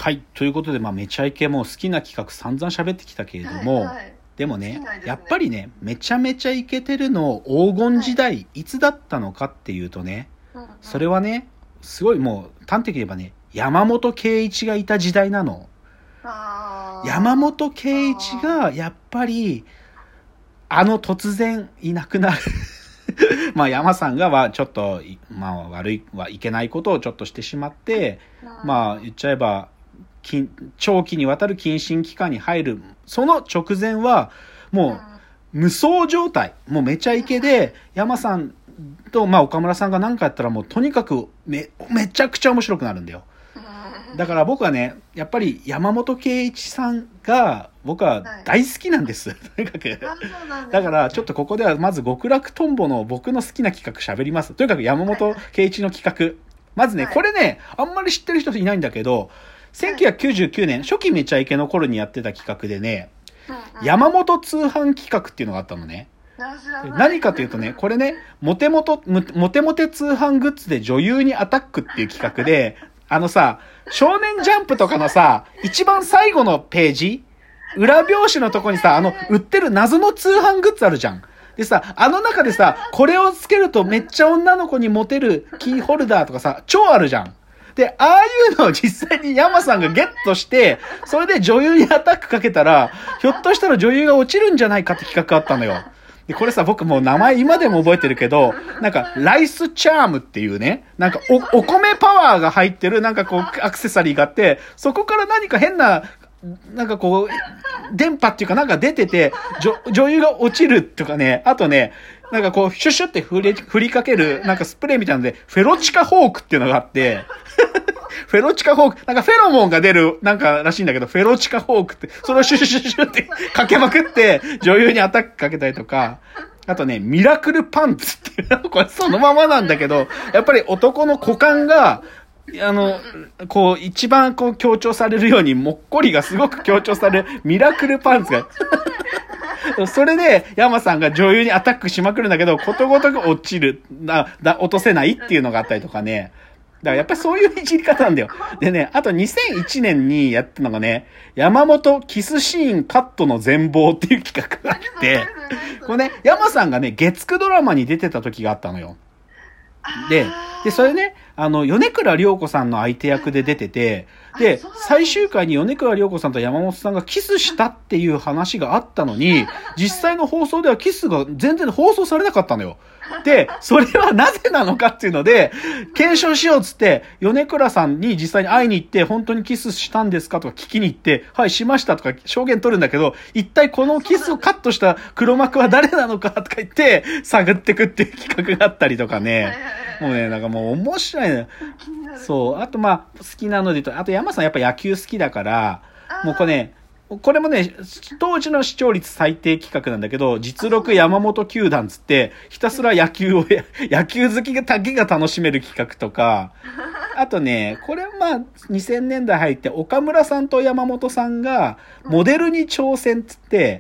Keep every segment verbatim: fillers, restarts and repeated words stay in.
はい、ということで、まあ、めちゃイケも好きな企画散々喋ってきたけれども、はいはい、でも ね, ねやっぱりねめちゃめちゃイケてるの黄金時代、はい、いつだったのかっていうとね、うんうん、それはねすごいもう端的に言えばね山本圭一がいた時代なの。あ山本圭一がやっぱりあの突然いなくなるまあ山さんがはちょっと、まあ、悪いはいけないことをちょっとしてしまって、まあ言っちゃえば長期にわたる謹慎期間に入るその直前はもう無双状態、もうめちゃイケで山さんと、まあ、岡村さんが何かやったらもうとにかく め, めちゃくちゃ面白くなるんだよ。だから僕はねやっぱり山本圭一さんが僕は大好きなんです、はい、とにかくだからちょっとここではまず極楽とんぼの僕の好きな企画喋ります。とにかく山本圭一の企画、まずねこれねあんまり知ってる人いないんだけどせんきゅうひゃくきゅうじゅうきゅうねん初期めちゃイケの頃にやってた企画でね、山本通販企画っていうのがあったのね。何かというとねこれねモテモトモテモテ通販グッズで女優にアタックっていう企画であのさ少年ジャンプとかのさ一番最後のページ裏表紙のとこにさあの売ってる謎の通販グッズあるじゃん。でさあの中でさこれをつけるとめっちゃ女の子にモテるキーホルダーとかさ超あるじゃん。で、ああいうのを実際に山さんがゲットして、それで女優にアタックかけたら、ひょっとしたら女優が落ちるんじゃないかって企画あったのよ。で、これさ、僕もう名前今でも覚えてるけど、なんか、ライスチャームっていうね、なんかお、お米パワーが入ってる、なんかこう、アクセサリーがあって、そこから何か変な、なんかこう、電波っていうかなんか出てて、女優が落ちるとかね、あとね、なんかこう、シュッシュって振り、振りかける、なんかスプレーみたいなので、フェロチカホークっていうのがあって、フェロチカホーク、なんかフェロモンが出る、なんからしいんだけど、フェロチカホークって、それをシュシュシュシュってかけまくって、女優にアタックかけたりとか、あとね、ミラクルパンツっていう、これそのままなんだけど、やっぱり男の股間が、あの、こう、一番こう強調されるように、もっこりがすごく強調されるミラクルパンツが。それで、山さんが女優にアタックしまくるんだけど、ことごとく落ちる、だ、だ、落とせないっていうのがあったりとかね。だからやっぱりそういういじり方なんだよ。でね、あとにせんいちねんにやったのがね、山本キスシーンカットの全貌っていう企画があって、これね、山さんがね、月くドラマに出てた時があったのよ。で、で、それね、あの、米倉涼子さんの相手役で出てて、で、最終回に米倉涼子さんと山本さんがキスしたっていう話があったのに、実際の放送ではキスが全然放送されなかったのよ。で、それはなぜなのかっていうので、検証しようっつって、米倉さんに実際に会いに行って、本当にキスしたんですかとか聞きに行って、はい、しましたとか証言取るんだけど、一体このキスをカットした黒幕は誰なのかとか言って、探ってくっていう企画があったりとかね。もうね、なんかもう面白いね。そう。あとまあ、好きなので言うと、あと山さんやっぱ野球好きだから、もうこれね、これもね、当時の視聴率最低企画なんだけど、実録山本球団つって、ひたすら野球を、野球好きだけが楽しめる企画とか、あとね、これはまあ、にせんねんだい入って、岡村さんと山本さんが、モデルに挑戦つって、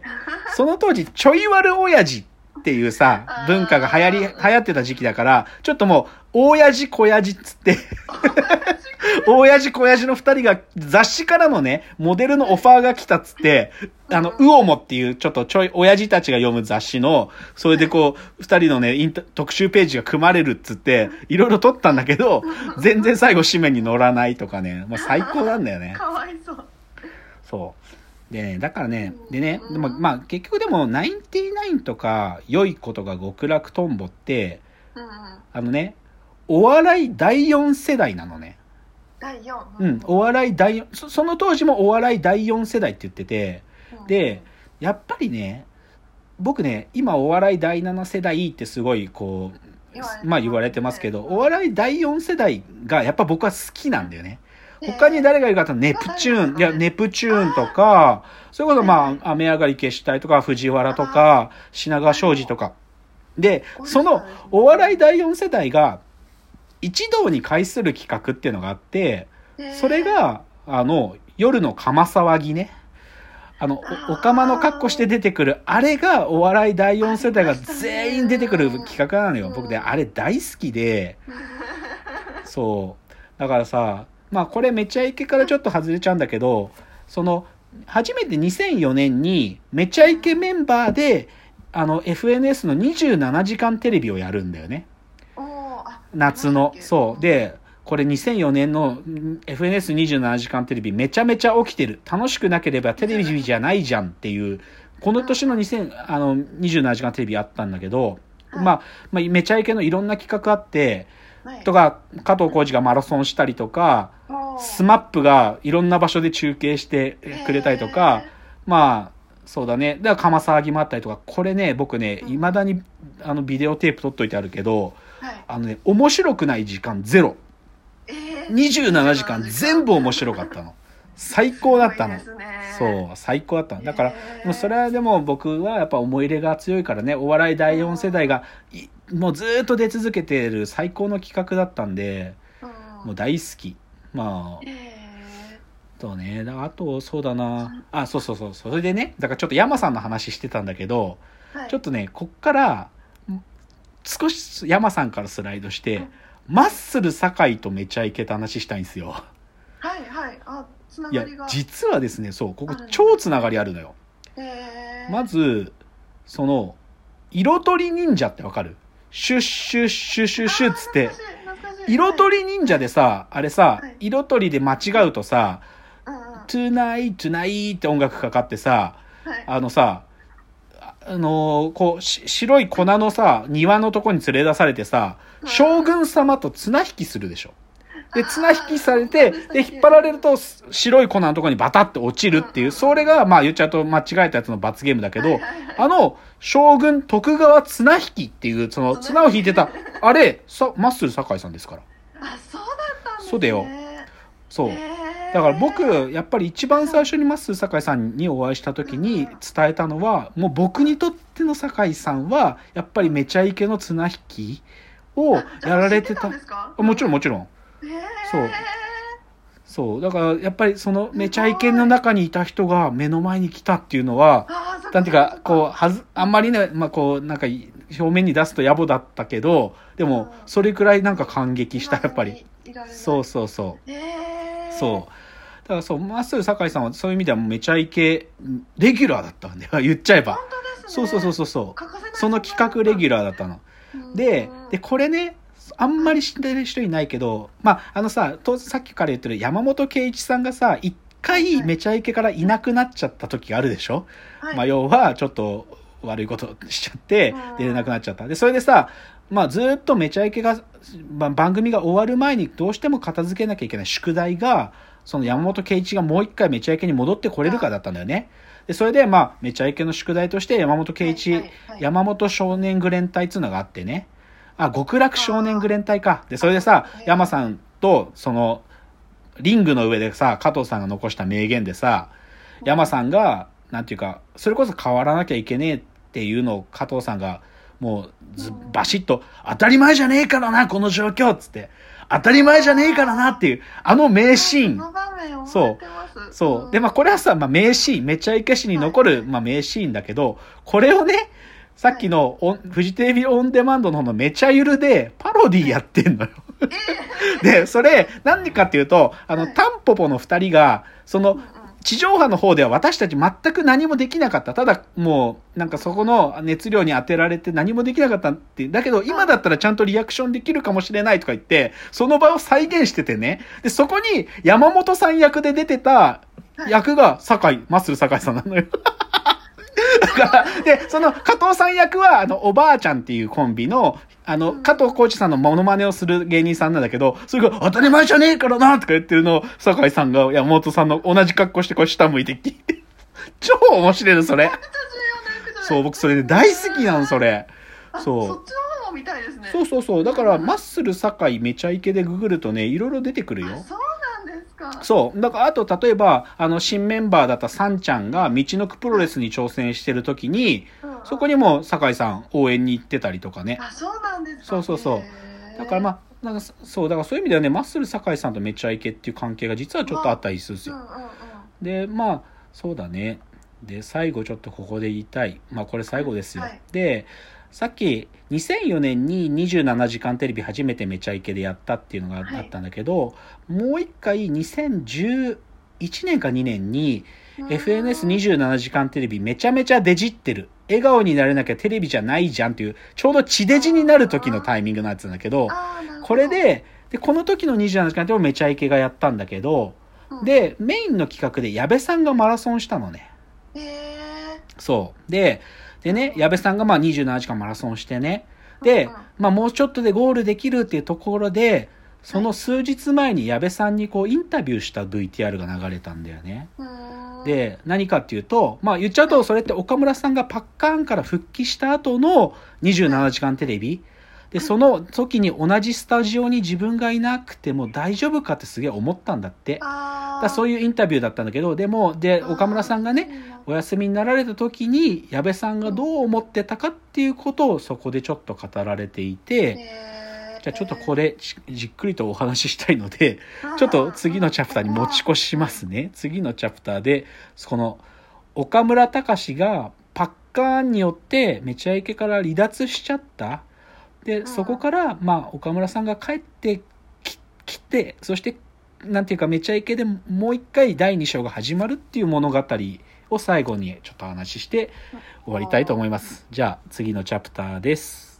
その当時、ちょい悪親父っていうさ、文化が流行り、流行ってた時期だから、ちょっともう、親父小親父つって、親父小親父の二人が雑誌からのね、モデルのオファーが来たっつって、あの、ウオモっていうちょっとちょい、親父たちが読む雑誌の、それでこう、二人のね、インタ特集ページが組まれるっつって、いろいろ撮ったんだけど、全然最後紙面に載らないとかね、まあ最高なんだよね。 かわいそう。 そう。でね、だからね、でね、でもまあ結局でも、ナインティナインとか、良いことが極楽とんぼって、あのね、お笑いだいよん世代なのね。 だいよん、 うん、お笑いだいよん、そ、その当時もお笑いだいよん世代って言ってて、うん、で、やっぱりね、僕ね、今お笑いだいなな世代ってすごいこう、まあ言われてますけど、お笑いだいよん世代がやっぱ僕は好きなんだよね。他に誰がいるかとネプチューン、いや、ネプチューンとか、それこそまあ、雨上がり消したいとか、藤原とか、品川庄司とか。で、そのお笑いだいよん世代が、一堂に会する企画っていうのがあって、それが、あの、夜の釜騒ぎね。あの、おかまの格好して出てくる、あれがお笑いだいよん世代が全員出てくる企画なのよ。僕で、あれ大好きで、そう。だからさ、 まあこれめちゃイケからちょっと外れちゃうんだけど、その初めてにせんよねんにめちゃイケメンバーであの エフエヌエス のにじゅうななじかんテレビをやるんだよね。夏の。そうで、これにせんよねんの エフエヌエスにじゅうななじかんテレビめちゃめちゃ起きてる、楽しくなければテレビじゃないじゃんっていう、この年のにせんあのにじゅうななじかんテレビあったんだけど、はい、まあ、まあ、めちゃイケのいろんな企画あって、はい、とか加藤浩次がマラソンしたりとか、スマップがいろんな場所で中継してくれたりとか、まあそうだね、だから鎌騒ぎもあったりとか、これね僕ねいまだにあのビデオテープ撮っといてあるけど、はい、あのね面白くない時間ゼロ、えー、にじゅうななじかん全部面白かったの。最高だったの。そう最高だったの。だから、えー、それはでも僕はやっぱ思い入れが強いからね、お笑いだいよん世代がもうずっと出続けている最高の企画だったんで、もう大好き。まあ、えー、とね、だからあとそうだな、あ、そうそうそう、それでね、だからちょっと山さんの話してたんだけど、はい、ちょっとねこっから少し山さんからスライドして、うん、マッスル酒井とめちゃイケた話したいんですよ。はいはい、あ、つながりが。いや実はですね、そうここ超つながりあるのよ。えー、まずその色とり忍者ってわかる？シュッシュッシュッシュッシュッつって色とり忍者でさ、あれさ、はい、色とりで間違うとさ、うんうん、トゥナイトゥナイって音楽かかってさ、はい、あのさ、あのー、こう白い粉のさ庭のとこに連れ出されてさ、うん、将軍様と綱引きするでしょ。で綱引きされて、で引っ張られると白い粉のところにバタって落ちるっていう、それがまあ言っちゃうと間違えたやつの罰ゲームだけど、あの将軍徳川綱引きっていうその綱を引いてたあれさマッスル酒井さんですから。あ、そうだったんですね。そうだよ。そうだから僕やっぱり一番最初にマッスル酒井さんにお会いした時に伝えたのは、もう僕にとっての酒井さんはやっぱりめちゃイケの綱引きをやられてた。もちろんもちろん。そうそうだからやっぱりそのめちゃイケの中にいた人が目の前に来たっていうのは、なんていうかこうはずあんまりね、まあこうなんか表面に出すと野暮だったけど、でもそれくらいなんか感激したやっぱり。そうそうそう、そうだからそうマッスル酒井さんはそういう意味ではめちゃイケレギュラーだったんで言っちゃえば。本当ですね。そうそうそうそうその企画レギュラーだったので、でこれねあんまり知ってる人いないけど、まああのさとさっきから言ってる山本圭一さんがさ一回めちゃイケからいなくなっちゃった時があるでしょ、はい、まあ要はちょっと悪いことしちゃって出れなくなっちゃった。でそれでさ、まあずっとめちゃイケが、まあ、番組が終わる前にどうしても片付けなきゃいけない宿題が、その山本圭一がもう一回めちゃイケに戻ってこれるかだったんだよね。でそれでまあめちゃイケの宿題として山本圭一、はいはいはい、山本少年グレン隊っていうのがあってね、あ、極楽少年グレン隊か。で、それでさ、山さんと、その、リングの上でさ、加藤さんが残した名言でさ、山さんが、なんていうか、それこそ変わらなきゃいけねえっていうのを加藤さんが、もうず、バシッと、当たり前じゃねえからな、この状況っつって、当たり前じゃねえからなっていう、あの名シーン。そう。そう。で、まあこれはさ、まあ名シーン、めちゃイケ史に残る、まあ名シーンだけど、これをね、さっきのオン、フジテレビオンデマンドの方のめちゃゆるでパロディやってんのよ。で、それ、何かっていうと、あの、タンポポの二人が、その、地上波の方では私たち全く何もできなかった。ただ、もう、なんかそこの熱量に当てられて何もできなかったって。だけど、今だったらちゃんとリアクションできるかもしれないとか言って、その場を再現しててね。で、そこに山本さん役で出てた役が酒井、マッスル酒井さんなのよ。だから、で、その加藤さん役は、あの、おばあちゃんっていうコンビの、あの、加藤浩次さんのモノマネをする芸人さんなんだけど、それが当たり前じゃねえからなとか言ってるのを、酒井さんが山本さんの同じ格好してこう下向いて聞いて。超面白いの、それ。そう、僕それで大好きなの、それ。そう。そっちの方も見たいですね。そうそうそう。だから、マッスル酒井めちゃイケでググるとね、いろいろ出てくるよ。そうなんですか。そう。だから、あと、例えば、あの、新メンバーだったサンちゃんが、道のくプロレスに挑戦してるときに、うんうん、そこにも酒井さん応援に行ってたりとかね。あ、そうなんですか。そうそうそう。だからまあ、なんかそう、だからそういう意味ではね、マッスル酒井さんとめちゃイケっていう関係が実はちょっとあったりするんですよ。うんうんうん、で、まあ、そうだね。で、最後ちょっとここで言いたい。まあ、これ最後ですよ。はい、で、 さっきにせんよねんににじゅうななじかんテレビ初めてめちゃイケでやったっていうのがあったんだけど、はい、もう一回にせんじゅういちねんかにねんに エフエヌエスにじゅうななじかんテレビめちゃめちゃデジってる。笑顔になれなきゃテレビじゃないじゃんっていう、ちょうど地デジになる時のタイミングのやつなんだけど、これで、で、この時のにじゅうななじかんテレビもめちゃイケがやったんだけど、で、メインの企画で矢部さんがマラソンしたのね。 へー。 そう。で、でね、矢部さんがまあにじゅうななじかんマラソンしてね。で、まあもうちょっとでゴールできるっていうところで、その数日前に矢部さんにこうインタビューした ブイティーアール が流れたんだよね。で、何かっていうと、まあ言っちゃうとそれって岡村さんがパッカーンから復帰した後のにじゅうななじかんテレビ。で、その時に同じスタジオに自分がいなくても大丈夫かってすげえ思ったんだって。だそういうインタビューだったんだけど、でも、で、岡村さんがね、お休みになられた時に矢部さんがどう思ってたかっていうことをそこでちょっと語られていて、じゃあちょっとこれじっくりとお話ししたいので、ちょっと次のチャプターに持ち越しますね。次のチャプターで、この岡村隆史がパッカーンによってめちゃイケから離脱しちゃった。で、そこから、まあ、岡村さんが帰ってき、来て、そして、なんていうか、めちゃイケでもう一回だいに章が始まるっていう物語を最後にちょっと話して終わりたいと思います。じゃあ、次のチャプターです。